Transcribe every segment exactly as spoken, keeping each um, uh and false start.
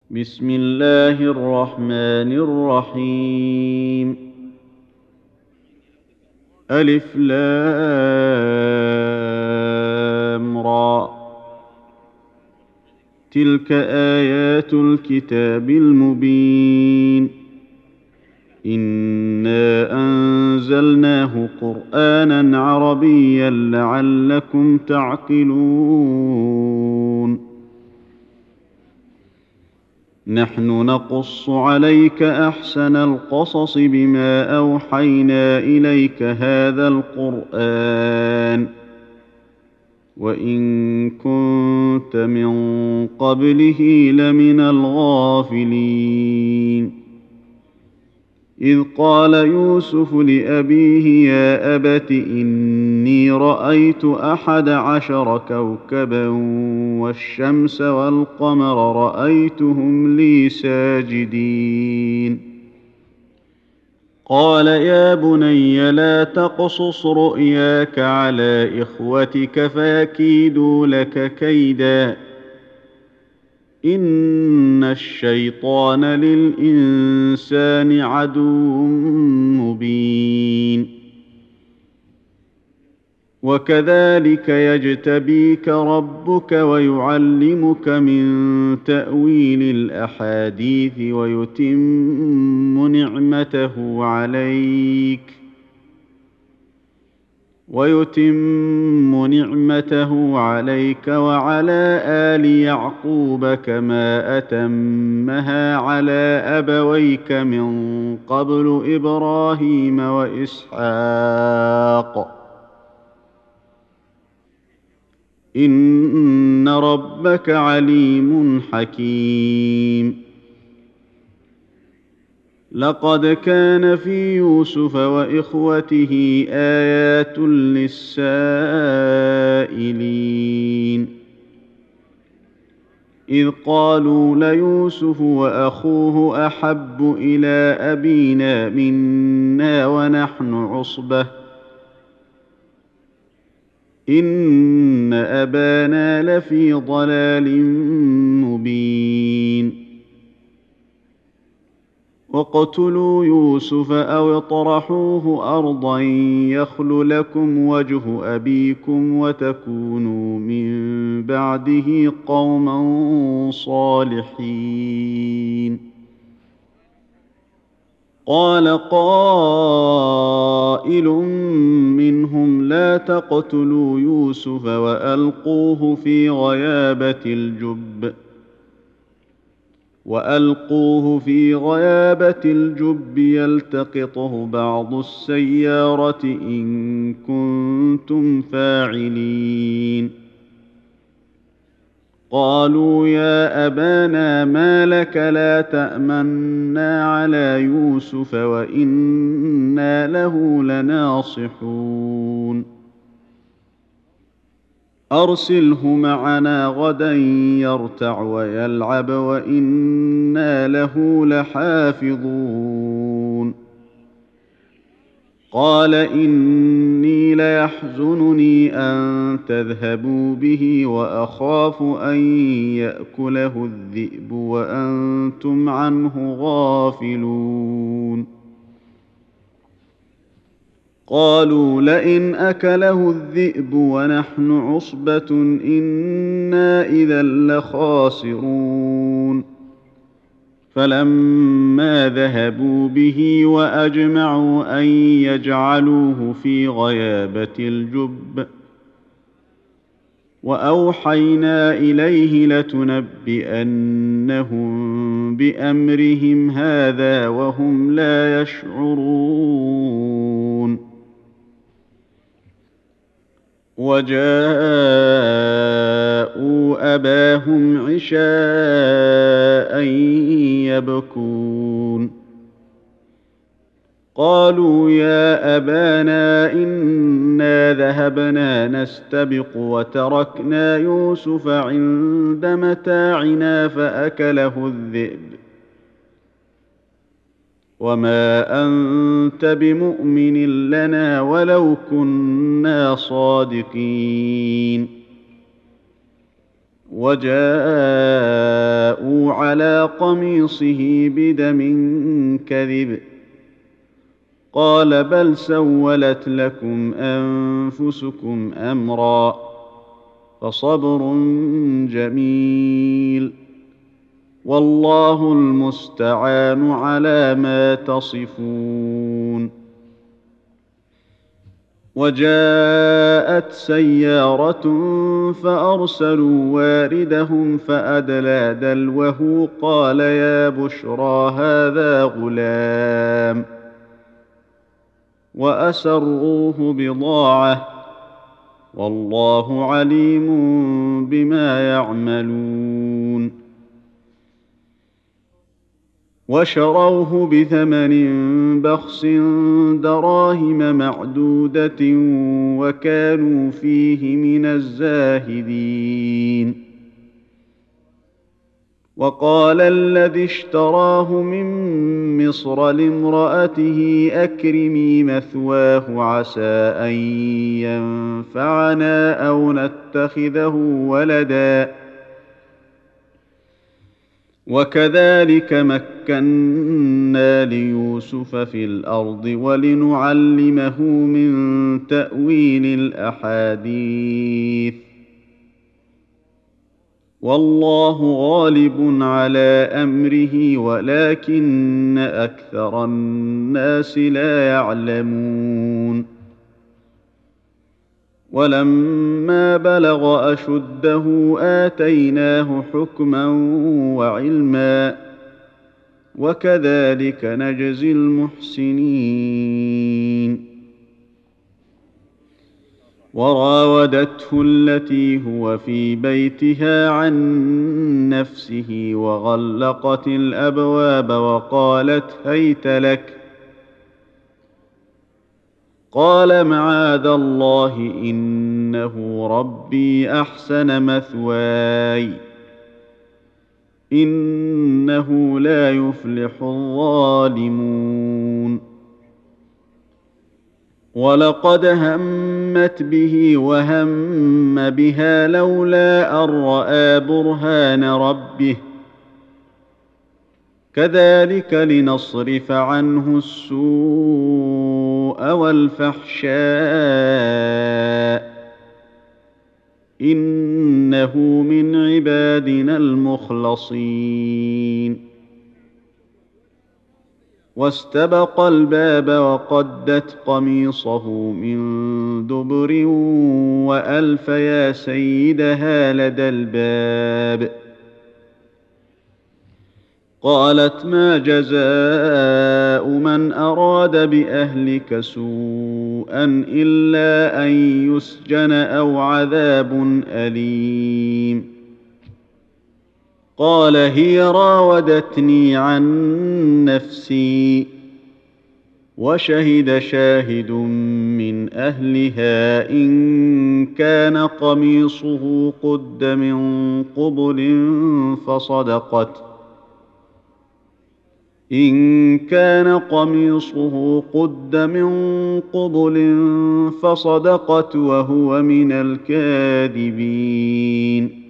بسم الله الرحمن الرحيم. ألف لام را. تلك آيات الكتاب المبين. إنا أنزلناه قرآنا عربيا لعلكم تعقلون. نحن نقص عليك أحسن القصص بما أوحينا إليك هذا القرآن وإن كنت من قبله لمن الغافلين. إذ قال يوسف لأبيه يا أبت إني رأيت أحد عشر كوكبا والشمس والقمر رأيتهم لي ساجدين. قال يا بني لا تقصص رؤياك على إخوتك فيكيدوا لك كيدا إن الشيطان للإنسان عدو مبين. وكذلك يجتبيك ربك ويعلمك من تأويل الأحاديث ويتم نعمته عليك ويتم نعمته عليك وعلى آل يعقوب كما أتمها على أبويك من قبل إبراهيم وإسحاق إن ربك عليم حكيم. لقد كان في يوسف وإخوته آيات للسائلين إذ قالوا ليوسف وأخوه أحب إلى أبينا منا ونحن عصبة إن أبانا لفي ضلال مبين. واقتلوا يوسف أو اطرحوه أرضا يخل لكم وجه أبيكم وتكونوا من بعده قوما صالحين. قال قائل منهم لا تقتلوا يوسف وألقوه في غيابة الجب وألقوه في غيابة الجب يلتقطه بعض السيارة إن كنتم فاعلين. قالوا يا أبانا ما لك لا تأمنا على يوسف وإنا له لناصحون. أرسله معنا غدا يرتع ويلعب وإنا له لحافظون. قال إني ليحزنني أن تذهبوا به وأخاف أن يأكله الذئب وأنتم عنه غافلون. قالوا لئن أكله الذئب ونحن عصبة إنا إذا لخاسرون. فلما ذهبوا به وأجمعوا أن يجعلوه في غيابة الجب وأوحينا إليه لتنبئنهم بأمرهم هذا وهم لا يشعرون. وجاءوا أباهم عشاء يبكون. قالوا يا أبانا إنا ذهبنا نستبق وتركنا يوسف عند متاعنا فأكله الذئب وما أنت بمؤمن لنا ولو كنا صادقين. وجاءوا على قميصه بدم كذب قال بل سولت لكم أنفسكم أمرا فصبر جميل والله المستعان على ما تصفون. وجاءت سيارة فأرسلوا واردهم فأدلى دلوه قال يا بشرى هذا غلام وأسروه بضاعة والله عليم بما يعملون. وشروه بثمن بخس دراهم معدودة وكانوا فيه من الزاهدين. وقال الذي اشتراه من مصر لامرأته أكرمي مثواه عسى أن ينفعنا أو نتخذه ولدا وكذلك مكنا ليوسف في الأرض ولنعلمه من تأويل الأحاديث والله غالب على أمره ولكن أكثر الناس لا يعلمون. ولما بلغ أشده آتيناه حكما وعلما وكذلك نجزي المحسنين. وراودته التي هو في بيتها عن نفسه وغلقت الأبواب وقالت هيت لك قال معاذ الله إنه ربي أحسن مثواي إنه لا يفلح الظالمون. ولقد همت به وهم بها لولا أن رأى برهان ربه كذلك لنصرف عنه السوء والفحشاء إنه من عبادنا المخلصين. واستبق الباب وقدت قميصه من دبر وألف يا سيدها لدى الباب قالت ما جزاء من أراد بأهلك سوءا إلا أن يسجن أو عذاب أليم. قال هي راودتني عن نفسي وشهد شاهد من أهلها إن كان قميصه قد من قبل فصدقت إن كان قميصه قد من قبل فصدقت وهو من الكاذبين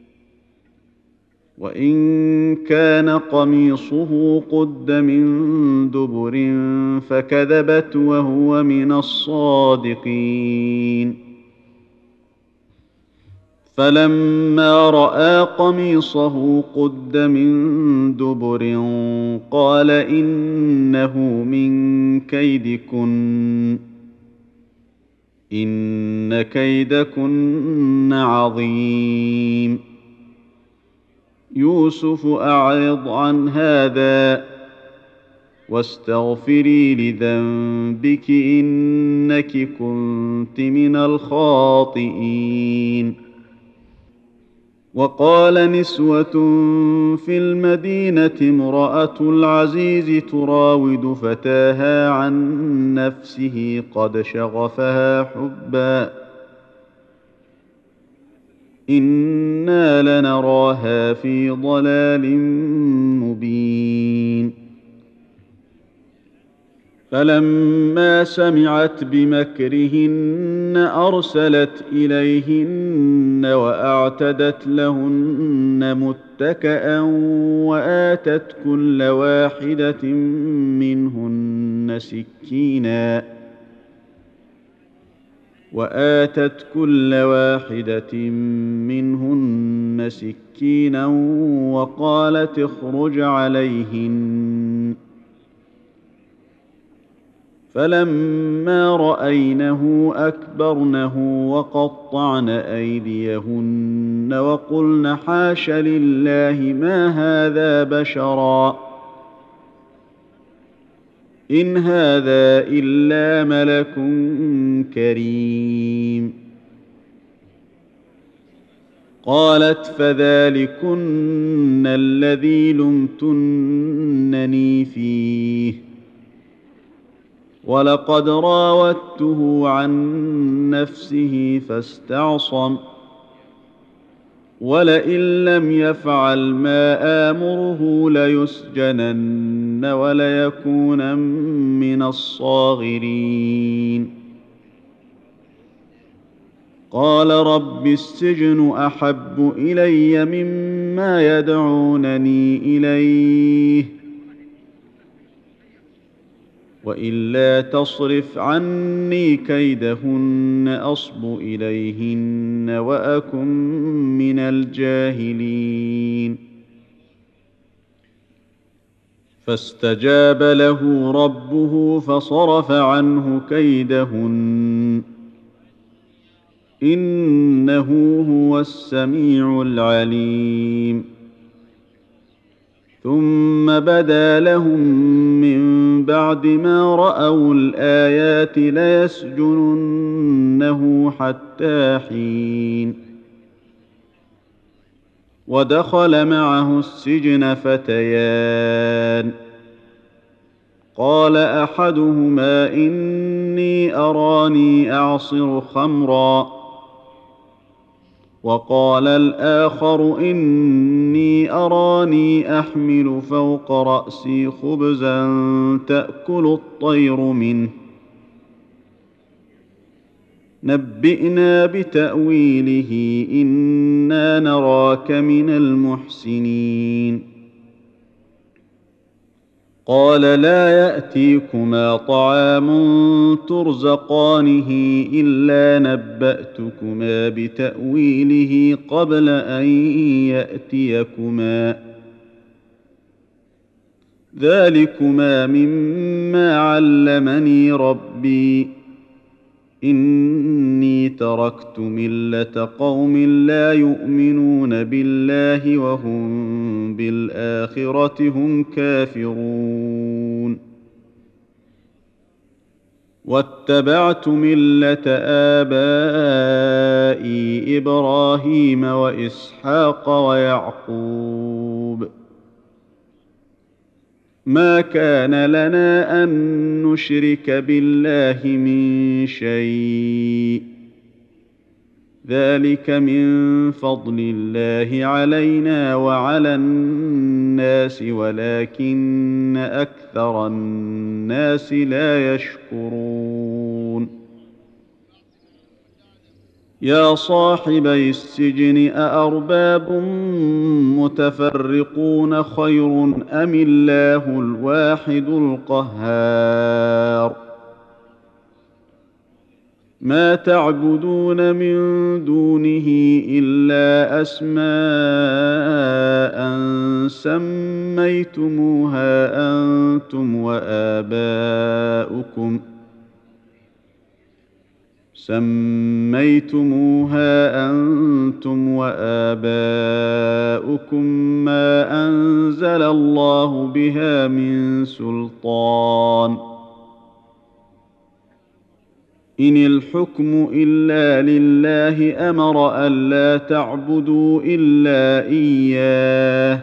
وإن كان قميصه قد من دبر فكذبت وهو من الصادقين. فلما رأى قميصه قد من دبر قال إنه من كيدكن إن كيدكن عظيم. يوسف أعرض عن هذا واستغفري لذنبك إنك كنت من الخاطئين. وقال نسوة في المدينة امرأة العزيز تراود فتاها عن نفسه قد شغفها حبا إنا لنراها في ضلال مبين. فلما سمعت بمكرهن أرسلت إليهن وأعتدت لهن متكئا وآتت كل واحدة منهن سكينا وآتت كل واحدة منهن سكينا وقالت اخرج عليهن فلما رأينه أكبرنه وقطعن أيديهن وقلن حاش لله ما هذا بشرا إن هذا إلا ملك كريم. قالت فذلكن الذي لمتنني فيه ولقد راودته عن نفسه فاستعصم ولئن لم يفعل ما آمره ليسجنن وليكونن من الصاغرين. قال رب السجن أحب إلي مما يدعونني إليه وإلا تصرف عني كيدهن أصب إليهن وأكن من الجاهلين. فاستجاب له ربه فصرف عنه كيدهن إنه هو السميع العليم. ثم بدا لهم من بعد ما رأوا الآيات ليسجننه حتى حين. ودخل معه السجن فتيان قال أحدهما إني أراني أعصر خمرا وقال الآخر إني أراني أحمل فوق رأسي خبزا تأكل الطير منه نبئنا بتأويله إنا نراك من المحسنين. قال لا يأتيكما طعام ترزقانه إلا نبأتكما بتأويله قبل أن يأتيكما ذلكما مما علمني ربي إني تركت ملة قوم لا يؤمنون بالله وهم بالآخرة هم كافرون واتبعت ملة آبائي إبراهيم وإسحاق ويعقوب ما كان لنا أن نشرك بالله من شيء ذلك من فضل الله علينا وعلى الناس ولكن أكثر الناس لا يشكرون. يا صاحبي السجن أأرباب متفرقون خير أم الله الواحد القهار. ما تعبدون من دونه إلا أسماء سميتموها أنتم وآباؤكم سميتموها أنتم وآباؤكم ما أنزل الله بها من سلطان إن الحكم إلا لله أمر ألا تعبدوا إلا إياه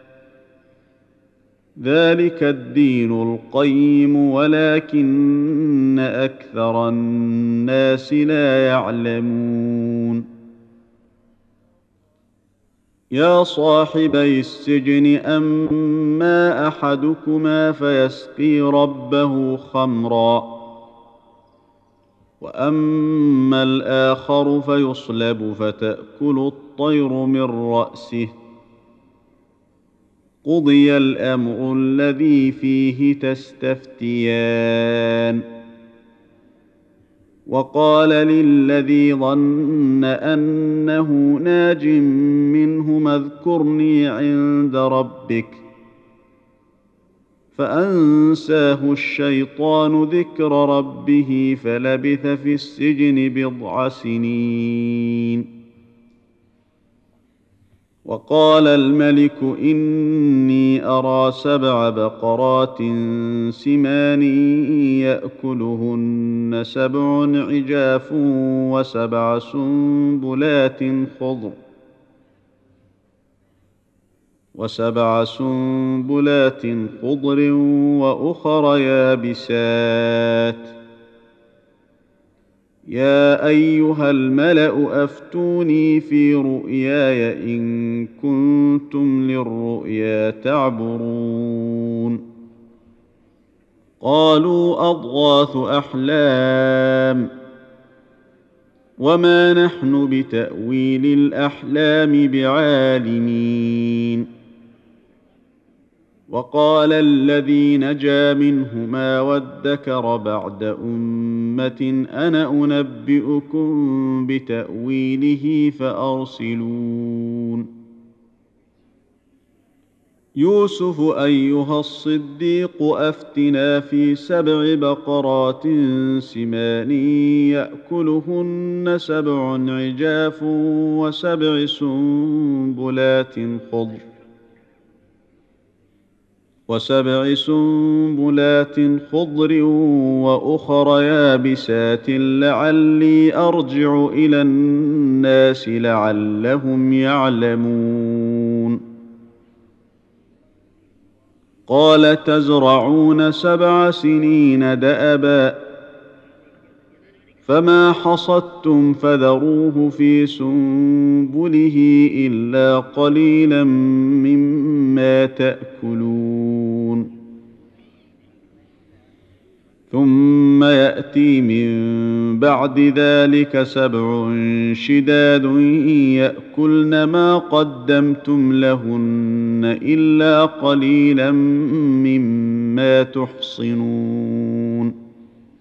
ذلك الدين القيم ولكن أكثر الناس لا يعلمون. يا صاحبي السجن أما أحدكما فيسقي ربه خمرا وأما الآخر فيصلب فتأكل الطير من رأسه قضي الأمر الذي فيه تستفتيان وقال للذي ظن أنه ناج منهما اذكرني عند ربك فأنساه الشيطان ذكر ربه فلبث في السجن بضع سنين وقال الملك إني أرى سبع بقرات سمان يأكلهن سبع عجاف وسبع سنبلات خضر وسبع سنبلات خضر وأخر يابسات يا أيها الملأ أفتوني في رؤياي إن كنتم للرؤيا تعبرون قالوا أضغاث أحلام وما نحن بتأويل الأحلام بعالمين وقال الذي نجا منهما وادكر بعد أمة أنا أنبئكم بتأويله فأرسلون يوسف أيها الصديق أفتنا في سبع بقرات سمان يأكلهن سبع عجاف وسبع سنبلات خضر وسبع سنبلات خضر وأخر يابسات لعلي أرجع إلى الناس لعلهم يعلمون قال تزرعون سبع سنين دأبا فما حصدتم فذروه في سنبله إلا قليلا مما تأكلون ثم يأتي من بعد ذلك سبع شداد يأكلن ما قدمتم لهن إلا قليلا مما تحصنون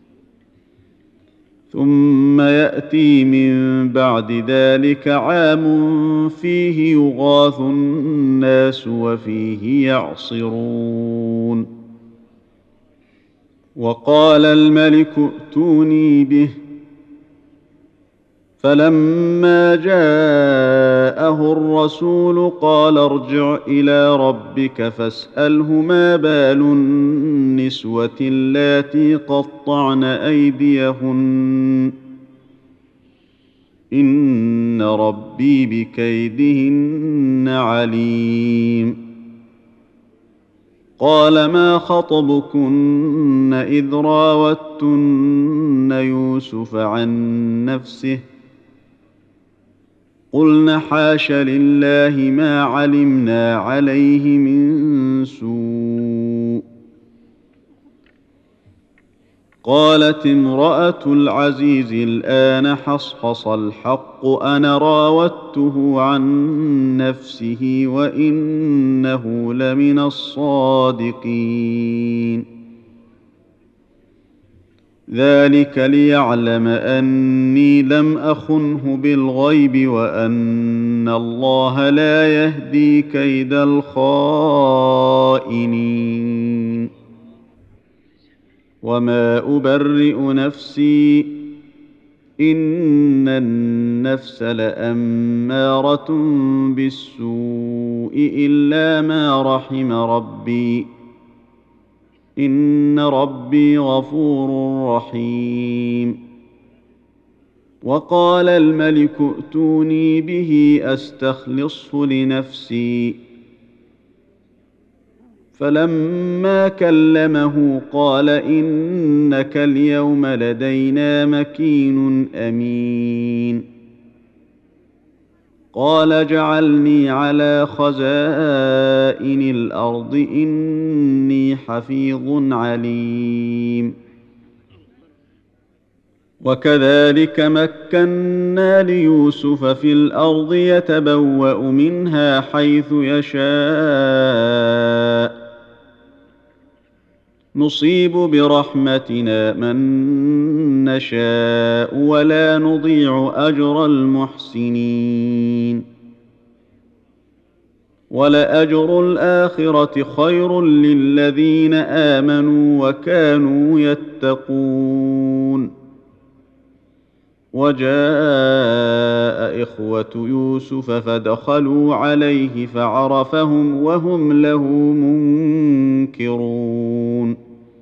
ثم يأتي من بعد ذلك عام فيه يغاث الناس وفيه يعصرون وقال الملك ائتوني به فلما جاءه الرسول قال ارجع إلى ربك فاسأله ما بال النسوة اللاتي قطعن أيديهن إن ربي بكيدهن عليم قال ما خطبكن إذ راوتن يوسف عن نفسه قلن حاش لله ما علمنا عليه من سوء قالت امرأة العزيز الآن حصحص الحق أنا راودته عن نفسه وإنه لمن الصادقين ذلك ليعلم أني لم أخنه بالغيب وأن الله لا يهدي كيد الخائنين وما أبرئ نفسي إن النفس لأمارة بالسوء إلا ما رحم ربي إن ربي غفور رحيم وقال الملك ائتوني به أستخلصه لنفسي فلما كلمه قال إنك اليوم لدينا مكين أمين قال اجعلني على خزائن الارض اني حفيظ عليم. وكذلك مكنا ليوسف في الارض يتبوأ منها حيث يشاء نصيب برحمتنا من نشاء ولا نضيع اجر المحسنين. ولأجر الآخرة خير للذين آمنوا وكانوا يتقون. وجاء إخوة يوسف فدخلوا عليه فعرفهم وهم له منكرون.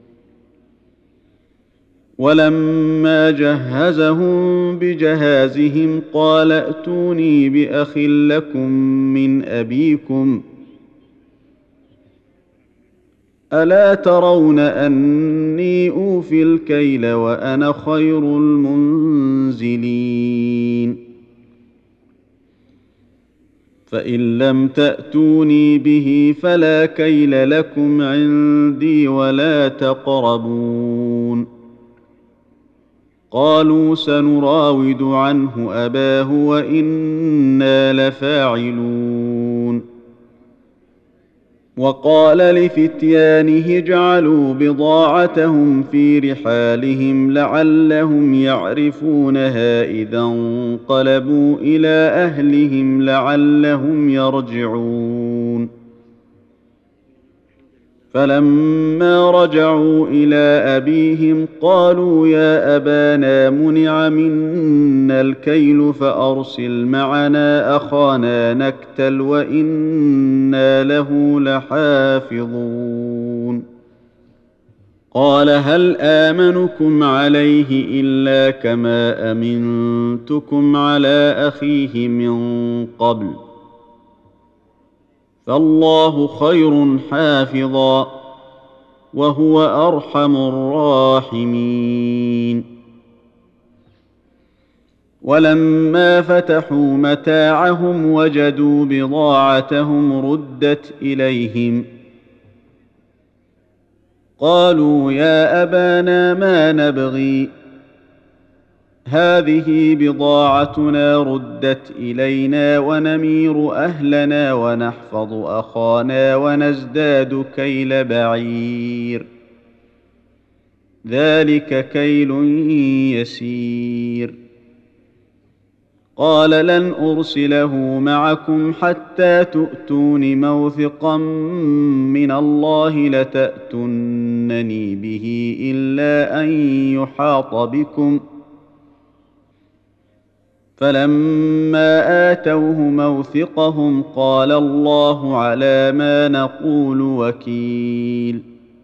ولما جهزهم بجهازهم قال ائتوني بأخ لكم من أبيكم ألا ترون أني أوفي الكيل وأنا خير المنزلين. فإن لم تأتوني به فلا كيل لكم عندي ولا تقربون. قالوا سنراود عنه أباه وإنا لفاعلون. وقال لفتيانه اجعلوا بضاعتهم في رحالهم لعلهم يعرفونها إذا انقلبوا إلى أهلهم لعلهم يرجعون. فلما رجعوا إلى أبيهم قالوا يا أبانا منع منا الكيل فأرسل معنا أخانا نكتل وإنا له لحافظون. قال هل آمنكم عليه إلا كما أمنتكم على أخيه من قبل فالله خير حافظا وهو أرحم الراحمين. ولما فتحوا متاعهم وجدوا بضاعتهم ردت إليهم قالوا يا أبانا ما نبغي هذه بضاعتنا ردت إلينا ونمير أهلنا ونحفظ أخانا ونزداد كيل بعير ذلك كيل يسير. قال لن أرسله معكم حتى تؤتون موثقا من الله لتأتونني به إلا أن يحاط بكم فلما آتوه موثقهم قال الله على ما نقول وكيل.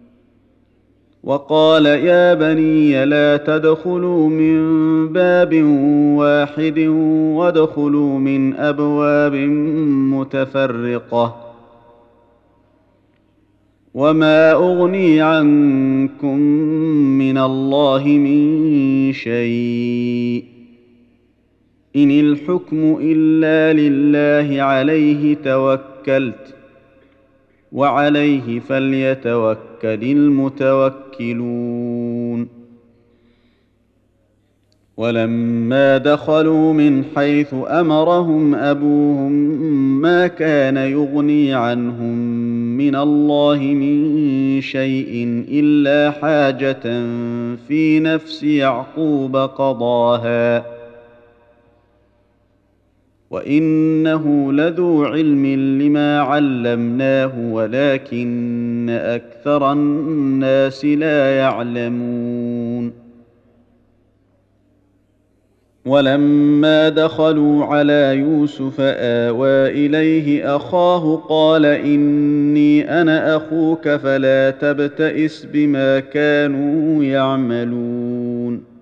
وقال يا بني لا تدخلوا من باب واحد وادخلوا من أبواب متفرقة وما أغني عنكم من الله من شيء إن الحكم إلا لله عليه توكلت وعليه فليتوكل المتوكلون. ولما دخلوا من حيث أمرهم أبوهم ما كان يغني عنهم من الله من شيء إلا حاجة في نفس يعقوب قضاها وإنه لذو علم لما علمناه ولكن أكثر الناس لا يعلمون. ولما دخلوا على يوسف آوى إليه أخاه قال إني أنا أخوك فلا تبتئس بما كانوا يعملون.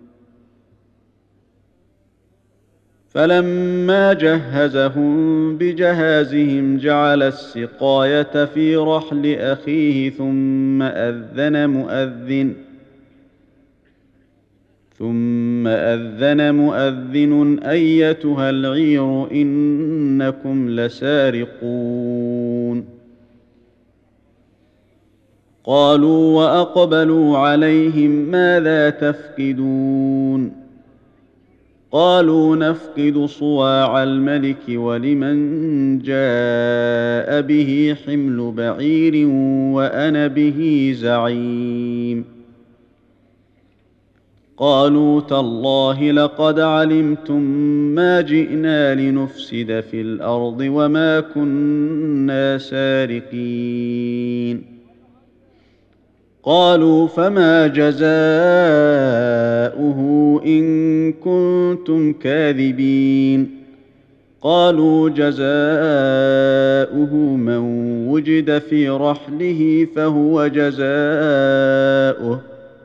فلما جهزهم بجهازهم جعل السقاية في رحل أخيه ثم أذن مؤذن ثم أذن مؤذن أيتها العير إنكم لسارقون. قالوا وأقبلوا عليهم ماذا تفقدون؟ قالوا نفقد صواع الملك ولمن جاء به حمل بعير وأنا به زعيم. قالوا تالله لقد علمتم ما جئنا لنفسد في الأرض وما كنا سارقين. قالوا فما جزاؤه إن كنتم كاذبين؟ قالوا جزاؤه من وجد في رحله فهو جزاؤه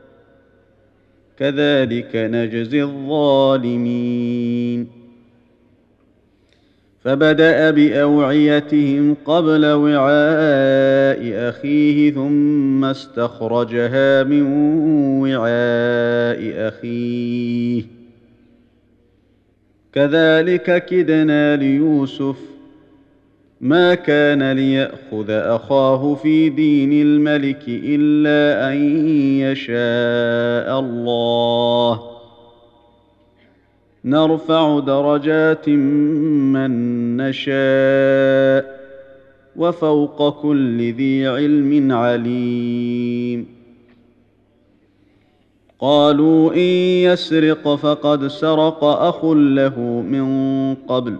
كذلك نجزي الظالمين. فبدأ بأوعيتهم قبل وعاء أخيه ثم استخرجها من وعاء أخيه كذلك كدنا ليوسف ما كان ليأخذ أخاه في دين الملك إلا أن يشاء الله نرفع درجات من نشاء وفوق كل ذي علم عليم. قالوا إن يسرق فقد سرق أخ له من قبل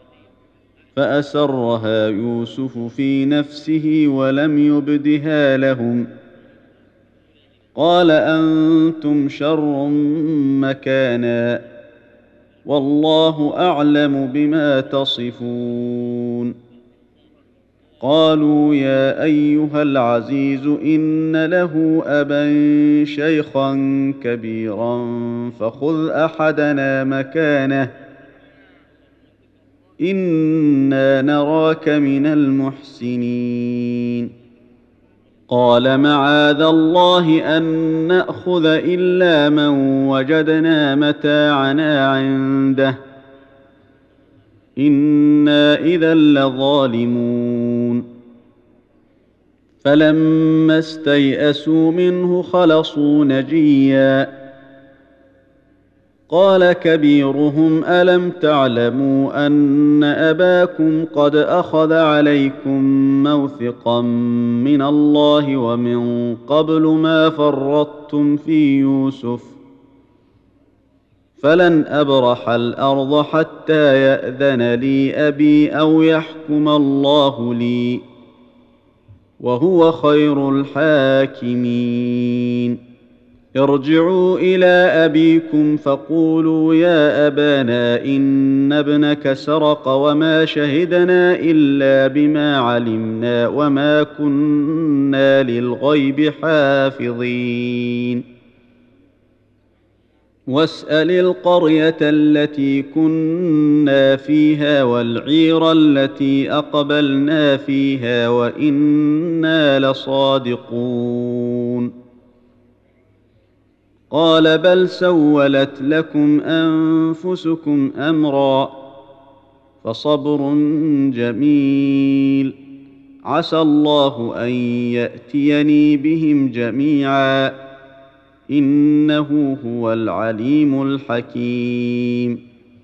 فأسرها يوسف في نفسه ولم يبدها لهم قال أنتم شر مكانا والله أعلم بما تصفون. قالوا يا أيها العزيز إن له أبا شيخا كبيرا فخذ أحدنا مكانه إنا نراك من المحسنين. قال معاذ الله أن نأخذ إلا من وجدنا متاعنا عنده إنا إذا لظالمون. فلما استيئسوا منه خلصوا نجيا قال كبيرهم ألم تعلموا أن أباكم قد أخذ عليكم موثقا من الله ومن قبل ما فرطتم في يوسف فلن أبرح الأرض حتى يأذن لي أبي أو يحكم الله لي وهو خير الحاكمين. ارجعوا إلى أبيكم فقولوا يا أبانا إن ابنك سرق وما شهدنا إلا بما علمنا وما كنا للغيب حافظين. واسأل القرية التي كنا فيها والعير التي أقبلنا فيها وإنا لصادقون. قال بل سولت لكم أنفسكم أمرا فصبر جميل عسى الله أن يأتيني بهم جميعا إنه هو العليم الحكيم.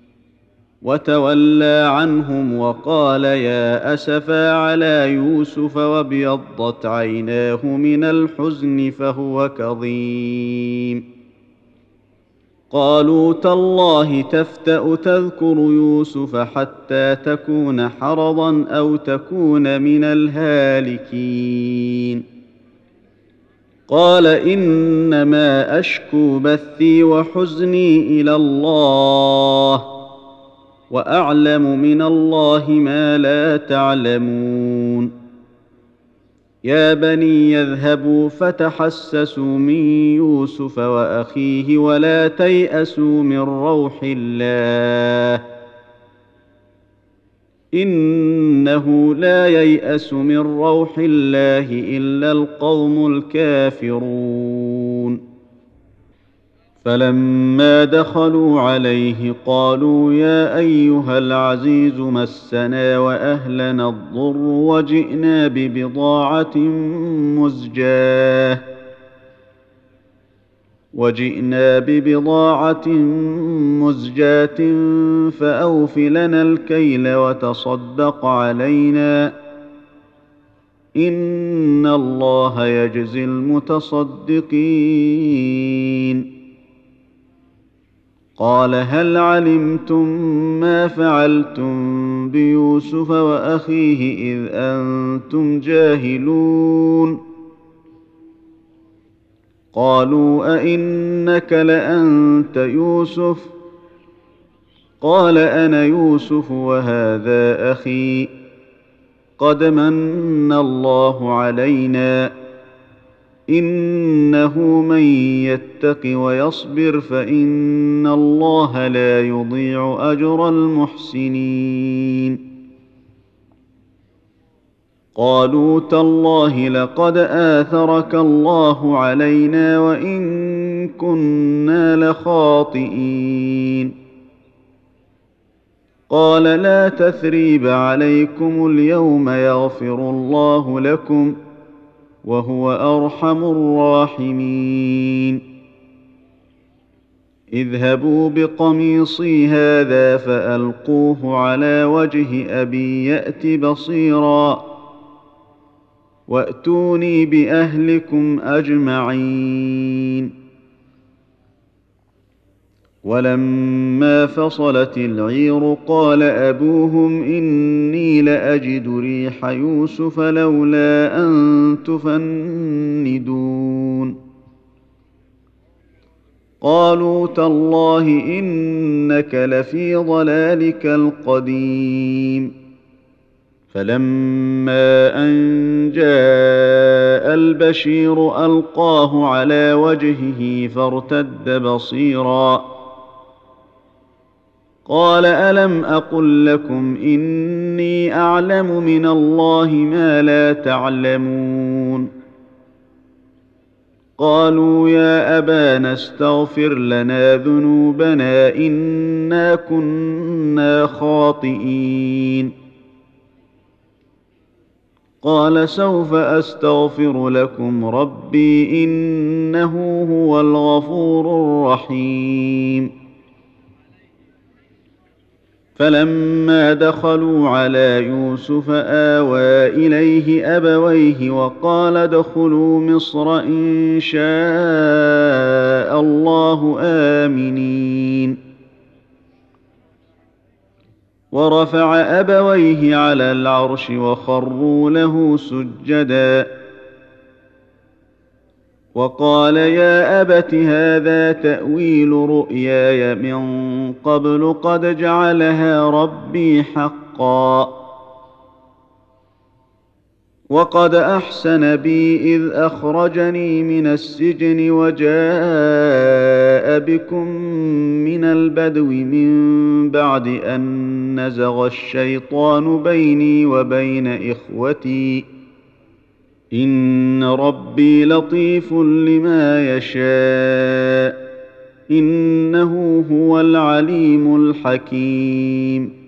وتولى عنهم وقال يا أسفا على يوسف وابيضت عيناه من الحزن فهو كظيم. قالوا تالله تفتأ تذكر يوسف حتى تكون حرضا أو تكون من الهالكين. قال إنما أشكو بثي وحزني إلى الله وأعلم من الله ما لا تعلمون. يا بني يذهبوا فتحسسوا من يوسف وأخيه ولا تيأسوا من روح الله إنه لا ييأس من روح الله إلا القوم الكافرون. فلما دخلوا عليه قالوا يا ايها العزيز مسنا واهلنا الضر وجئنا ببضاعه مزجاه وجئنا ببضاعة مزجاة فأوف لنا الكيل وتصدق علينا إن الله يجزي المتصدقين. قال هل علمتم ما فعلتم بيوسف وأخيه إذ أنتم جاهلون؟ قالوا أئنك لأنت يوسف؟ قال أنا يوسف وهذا أخي قد من الله علينا إنه من يتق ويصبر فإن الله لا يضيع أجر المحسنين. قالوا تالله لقد آثرك الله علينا وإن كنا لخاطئين. قال لا تثريب عليكم اليوم يغفر الله لكم وهو أرحم الراحمين. اذهبوا بقميصي هذا فألقوه على وجه أبي يأت بصيراً وأتوني بأهلكم أجمعين. ولما فصلت العير قال أبوهم إني لأجد ريح يوسف لولا أن تفندون. قالوا تالله إنك لفي ضلالك القديم. فلما أن جاء البشير ألقاه على وجهه فارتد بصيرا قال ألم أقل لكم إني أعلم من الله ما لا تعلمون؟ قالوا يا أبانا استغفر لنا ذنوبنا إنا كنا خاطئين. قال سوف أستغفر لكم ربي إنه هو الغفور الرحيم. فلما دخلوا على يوسف آوى إليه أبويه وقال ادخلوا مصر إن شاء الله آمنين. ورفع أبويه على العرش وخروا له سجدا وقال يا أبت هذا تأويل رؤياي من قبل قد جعلها ربي حقا وقد أحسن بي إذ أخرجني من السجن وجاء بكم من البدو من بعد أن نزغ الشيطان بيني وبين إخوتي إن ربي لطيف لما يشاء إنه هو العليم الحكيم.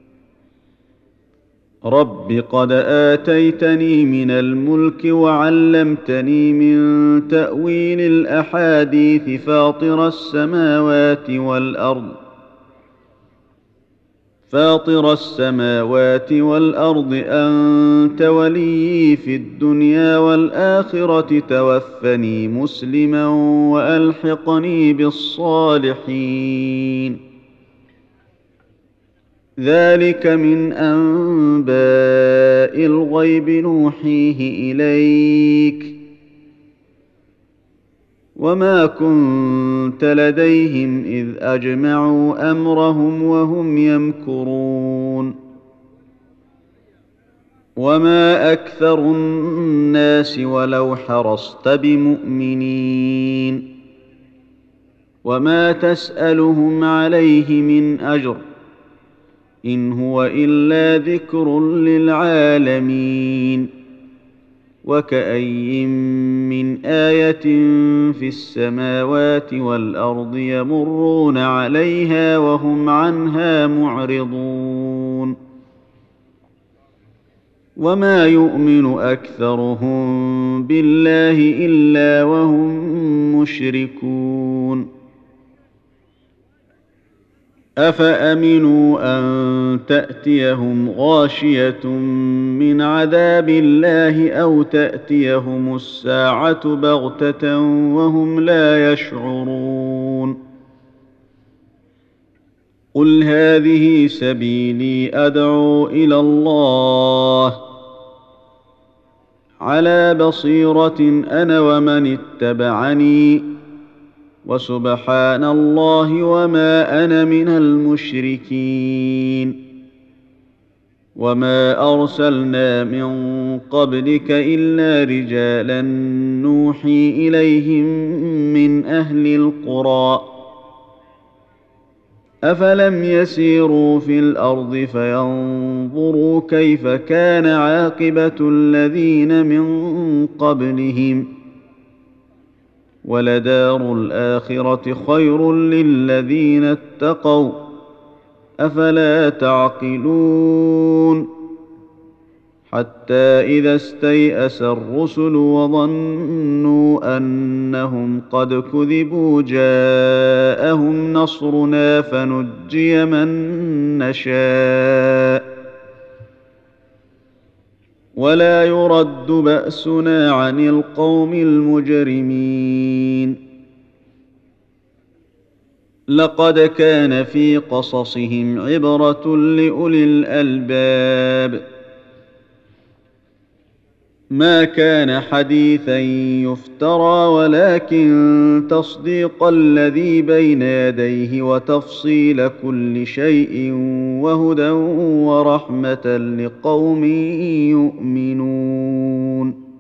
رب قد آتيتني من الملك وعلمتني من تأويل الأحاديث فاطر السماوات والأرض فاطر السماوات والأرض أنت وليي في الدنيا والآخرة توفني مسلما وألحقني بالصالحين. ذلك من أنباء الغيب نوحيه إليك وما كنت لديهم إذ أجمعوا أمرهم وهم يمكرون. وما أكثر الناس ولو حرصت بمؤمنين وما تسألهم عليه من أجر إن هو إلا ذكر للعالمين. وكأي من آية في السماوات والأرض يمرون عليها وهم عنها معرضون وما يؤمن أكثرهم بالله إلا وهم مشركون أفأمنوا أن تأتيهم غاشية من عذاب الله أو تأتيهم الساعة بغتة وهم لا يشعرون قل هذه سبيلي أدعو إلى الله على بصيرة أنا ومن اتبعني وسبحان الله وما أنا من المشركين وما أرسلنا من قبلك إلا رجالا نوحي إليهم من أهل القرى أفلم يسيروا في الأرض فينظروا كيف كان عاقبة الذين من قبلهم ولدار الآخرة خير للذين اتقوا أفلا تعقلون حتى إذا استيأس الرسل وظنوا أنهم قد كذبوا جاءهم نصرنا فنجي من نشاء ولا يرد بأسنا عن القوم المجرمين لقد كان في قصصهم عبرة لأولي الألباب ما كان حديثا يفترى ولكن تصديق الذي بين يديه وتفصيل كل شيء وهدى ورحمة لقوم يؤمنون